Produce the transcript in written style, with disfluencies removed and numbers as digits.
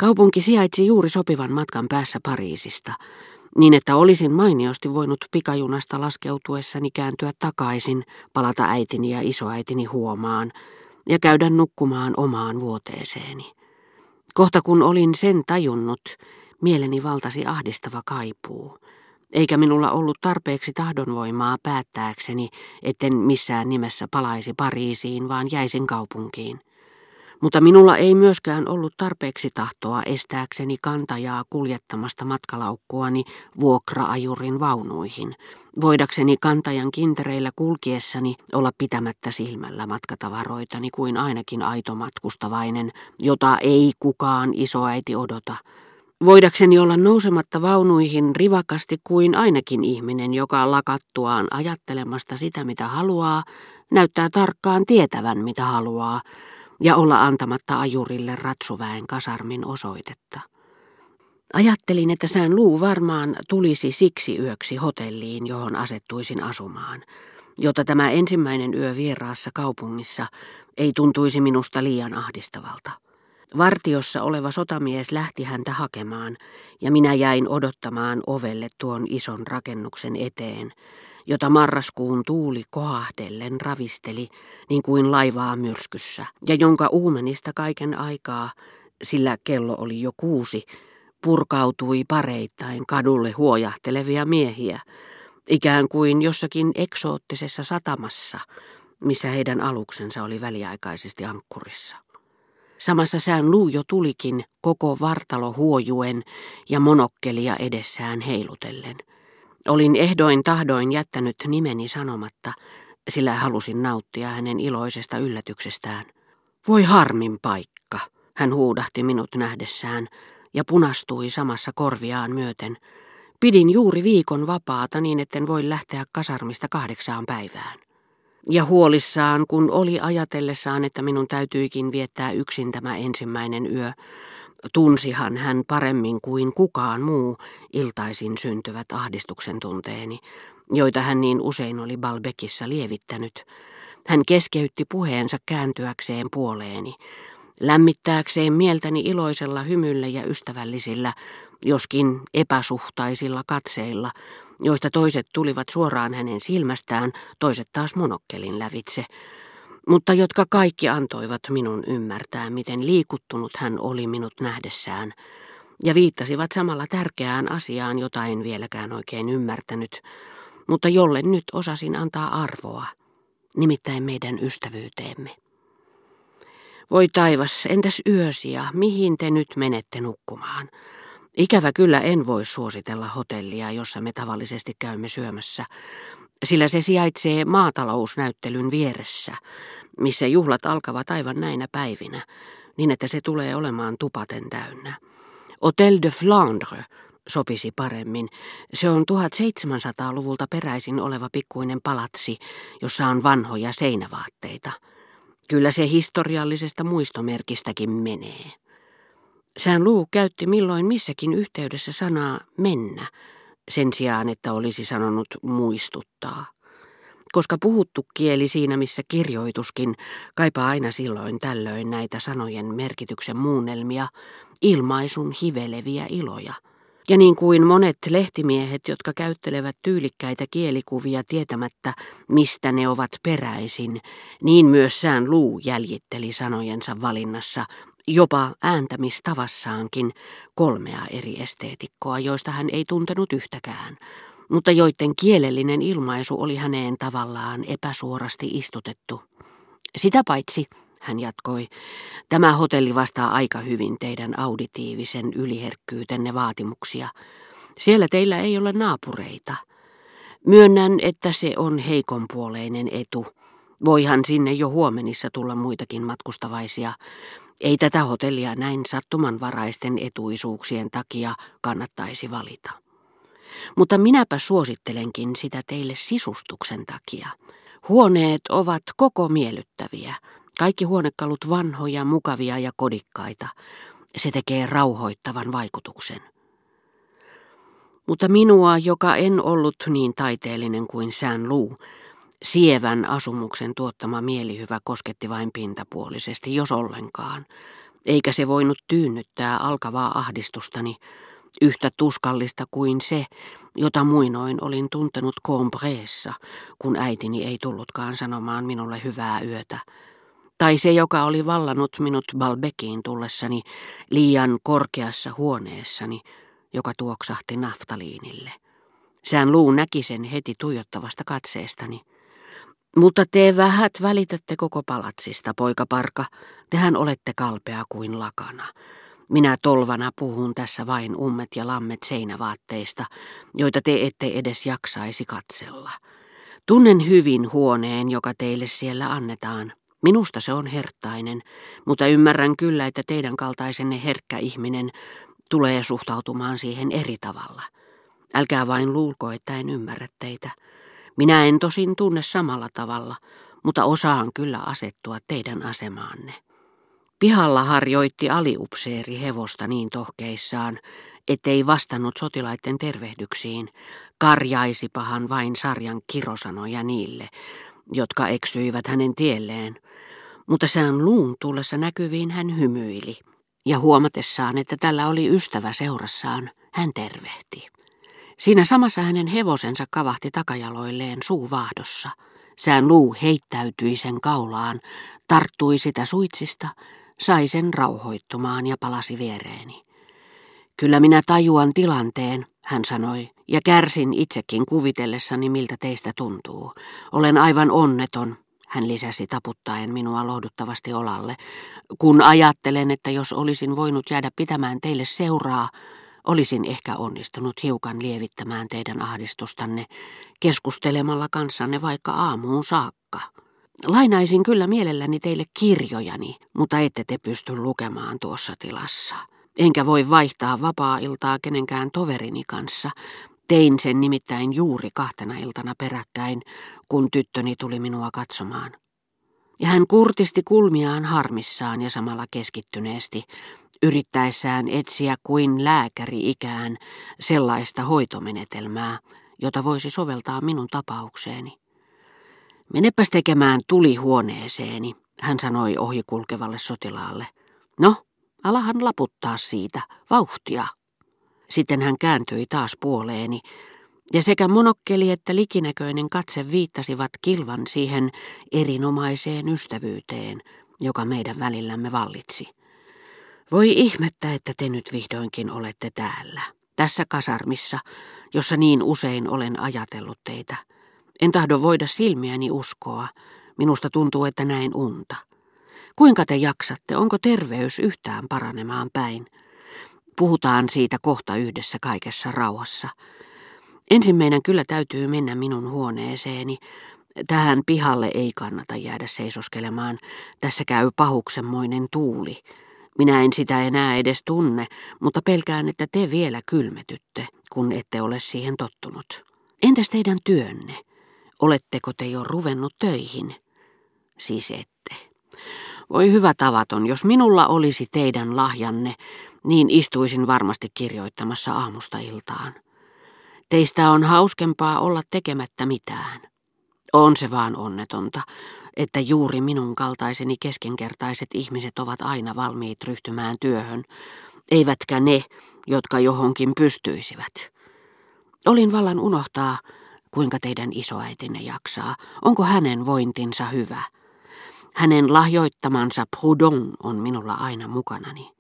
Kaupunki sijaitsi juuri sopivan matkan päässä Pariisista, niin että olisin mainiosti voinut pikajunasta laskeutuessani kääntyä takaisin, palata äitini ja isoäitini huomaan ja käydä nukkumaan omaan vuoteeseeni. Kohta kun olin sen tajunnut, mieleni valtasi ahdistava kaipuu, eikä minulla ollut tarpeeksi tahdonvoimaa päättääkseni, etten missään nimessä palaisi Pariisiin, vaan jäisin kaupunkiin. Mutta minulla ei myöskään ollut tarpeeksi tahtoa estääkseni kantajaa kuljettamasta matkalaukkuani vuokra-ajurin vaunuihin, voidakseni kantajan kintereillä kulkiessani olla pitämättä silmällä matkatavaroitani kuin ainakin aito matkustavainen, jota ei kukaan isoäiti odota. Voidakseni olla nousematta vaunuihin rivakasti kuin ainakin ihminen, joka lakattuaan ajattelemasta sitä mitä haluaa, näyttää tarkkaan tietävän mitä haluaa, ja olla antamatta ajurille ratsuväen kasarmin osoitetta. Ajattelin, että Saint-Loup varmaan tulisi siksi yöksi hotelliin, johon asettuisin asumaan, jotta tämä ensimmäinen yö vieraassa kaupungissa ei tuntuisi minusta liian ahdistavalta. Vartiossa oleva sotamies lähti häntä hakemaan, ja minä jäin odottamaan ovelle tuon ison rakennuksen eteen, jota marraskuun tuuli kohahdellen ravisteli niin kuin laivaa myrskyssä, ja jonka uumenista kaiken aikaa, sillä kello oli jo 6, purkautui pareittain kadulle huojahtelevia miehiä, ikään kuin jossakin eksoottisessa satamassa, missä heidän aluksensa oli väliaikaisesti ankkurissa. Samassa Saint-Loup jo tulikin koko vartalo huojuen ja monokkelia edessään heilutellen. Olin ehdoin tahdoin jättänyt nimeni sanomatta, sillä halusin nauttia hänen iloisesta yllätyksestään. Voi harmin paikka, hän huudahti minut nähdessään ja punastui samassa korviaan myöten. Pidin juuri viikon vapaata niin, etten voi lähteä kasarmista 8 päivään. Ja huolissaan, kun oli ajatellessaan, että minun täytyikin viettää yksin tämä ensimmäinen yö, tunsihan hän paremmin kuin kukaan muu iltaisin syntyvät ahdistuksen tunteeni, joita hän niin usein oli Balbekissa lievittänyt. Hän keskeytti puheensa kääntyäkseen puoleeni, lämmittääkseen mieltäni iloisella hymyllä ja ystävällisillä, joskin epäsuhtaisilla katseilla, joista toiset tulivat suoraan hänen silmästään, toiset taas monokkelin lävitse, mutta jotka kaikki antoivat minun ymmärtää, miten liikuttunut hän oli minut nähdessään, ja viittasivat samalla tärkeään asiaan, jota en vieläkään oikein ymmärtänyt, mutta jolle nyt osasin antaa arvoa, nimittäin meidän ystävyyteemme. Voi taivas, entäs yösi ja mihin te nyt menette nukkumaan? Ikävä kyllä en voi suositella hotellia, jossa me tavallisesti käymme syömässä, sillä se sijaitsee maatalousnäyttelyn vieressä, missä juhlat alkavat aivan näinä päivinä, niin että se tulee olemaan tupaten täynnä. Hôtel de Flandre sopisi paremmin. Se on 1700-luvulta peräisin oleva pikkuinen palatsi, jossa on vanhoja seinävaatteita. Kyllä se historiallisesta muistomerkistäkin menee. Saint-Loup käytti milloin missäkin yhteydessä sanaa mennä, sen sijaan, että olisi sanonut muistuttaa. Koska puhuttu kieli siinä, missä kirjoituskin, kaipaa aina silloin tällöin näitä sanojen merkityksen muunnelmia, ilmaisun hiveleviä iloja. Ja niin kuin monet lehtimiehet, jotka käyttelevät tyylikkäitä kielikuvia tietämättä, mistä ne ovat peräisin, niin myös Saint-Loup jäljitteli sanojensa valinnassa, jopa ääntämistavassaankin 3 eri esteetikkoa, joista hän ei tuntenut yhtäkään, mutta joiden kielellinen ilmaisu oli häneen tavallaan epäsuorasti istutettu. Sitä paitsi, hän jatkoi, tämä hotelli vastaa aika hyvin teidän auditiivisen yliherkkyytenne vaatimuksia. Siellä teillä ei ole naapureita. Myönnän, että se on heikonpuoleinen etu. Voihan sinne jo huomenissa tulla muitakin matkustavaisia. Ei tätä hotellia näin sattumanvaraisten etuisuuksien takia kannattaisi valita. Mutta minäpä suosittelenkin sitä teille sisustuksen takia. Huoneet ovat koko miellyttäviä. Kaikki huonekalut vanhoja, mukavia ja kodikkaita. Se tekee rauhoittavan vaikutuksen. Mutta minua, joka en ollut niin taiteellinen kuin Saint-Loup, sievän asumuksen tuottama mielihyvä kosketti vain pintapuolisesti, jos ollenkaan. eikä se voinut tyynnyttää alkavaa ahdistustani, yhtä tuskallista kuin se, jota muinoin olin tuntenut Combreessa, kun äitini ei tullutkaan sanomaan minulle hyvää yötä, tai se, joka oli vallannut minut Balbekiin tullessani liian korkeassa huoneessani, joka tuoksahti naftaliinille. Saint-Loup näki sen heti tuijottavasta katseestani. Mutta te vähät välitätte koko palatsista, poikaparka. Tehän olette kalpea kuin lakana. Minä tolvana puhun tässä vain ummet ja lammet seinävaatteista, joita te ette edes jaksaisi katsella. Tunnen hyvin huoneen, joka teille siellä annetaan. Minusta se on herttainen, mutta ymmärrän kyllä, että teidän kaltaisenne herkkä ihminen tulee suhtautumaan siihen eri tavalla. Älkää vain luulko, että en ymmärrä teitä. Minä en tosin tunne samalla tavalla, mutta osaan kyllä asettua teidän asemaanne. Pihalla harjoitti aliupseeri hevosta niin tohkeissaan, ettei vastannut sotilaiden tervehdyksiin, karjaisipahan vain sarjan kirosanoja niille, jotka eksyivät hänen tielleen. Mutta Saint-Loup'n tullessa näkyviin hän hymyili, ja huomatessaan, että tällä oli ystävä seurassaan, hän tervehti. Siinä samassa hänen hevosensa kavahti takajaloilleen suuvaahdossa. Saint-Loup heittäytyi sen kaulaan, tarttui sitä suitsista, sai sen rauhoittumaan ja palasi viereeni. Kyllä minä tajuan tilanteen, hän sanoi, ja kärsin itsekin kuvitellessani, miltä teistä tuntuu. Olen aivan onneton, hän lisäsi taputtaen minua lohduttavasti olalle, kun ajattelen, että jos olisin voinut jäädä pitämään teille seuraa, olisin ehkä onnistunut hiukan lievittämään teidän ahdistustanne keskustelemalla kanssanne vaikka aamuun saakka. Lainaisin kyllä mielelläni teille kirjojani, mutta ette te pysty lukemaan tuossa tilassa. Enkä voi vaihtaa vapaa-iltaa kenenkään toverini kanssa. Tein sen nimittäin juuri 2 iltana peräkkäin, kun tyttöni tuli minua katsomaan. Ja hän kurtisti kulmiaan harmissaan ja samalla keskittyneesti, yrittäessään etsiä kuin lääkäri ikään sellaista hoitomenetelmää, jota voisi soveltaa minun tapaukseeni. Menepäs tekemään tulihuoneeseeni, hän sanoi ohikulkevalle sotilaalle. No, alahan laputtaa siitä, vauhtia. Sitten hän kääntyi taas puoleeni, ja sekä monokkeli että likinäköinen katse viittasivat kilvan siihen erinomaiseen ystävyyteen, joka meidän välillämme vallitsi. Voi ihmettä, että te nyt vihdoinkin olette täällä, tässä kasarmissa, jossa niin usein olen ajatellut teitä. En tahdo voida silmiäni uskoa. Minusta tuntuu, että näin unta. Kuinka te jaksatte? Onko terveys yhtään paranemaan päin? Puhutaan siitä kohta yhdessä kaikessa rauhassa. Ensin meidän kyllä täytyy mennä minun huoneeseeni. Tähän pihalle ei kannata jäädä seisoskelemaan. Tässä käy pahuksenmoinen tuuli. Minä en sitä enää edes tunne, mutta pelkään, että te vielä kylmetytte, kun ette ole siihen tottunut. Entäs teidän työnne? Oletteko te jo ruvennut töihin? Siis ette. Voi hyvä tavaton, jos minulla olisi teidän lahjanne, niin istuisin varmasti kirjoittamassa aamusta iltaan. Teistä on hauskempaa olla tekemättä mitään. On se vaan onnetonta, että juuri minun kaltaiseni keskinkertaiset ihmiset ovat aina valmiit ryhtymään työhön, eivätkä ne, jotka johonkin pystyisivät. Olin vallan unohtaa, kuinka teidän isoäitinne jaksaa. Onko hänen vointinsa hyvä? Hänen lahjoittamansa Proudhon on minulla aina mukanani.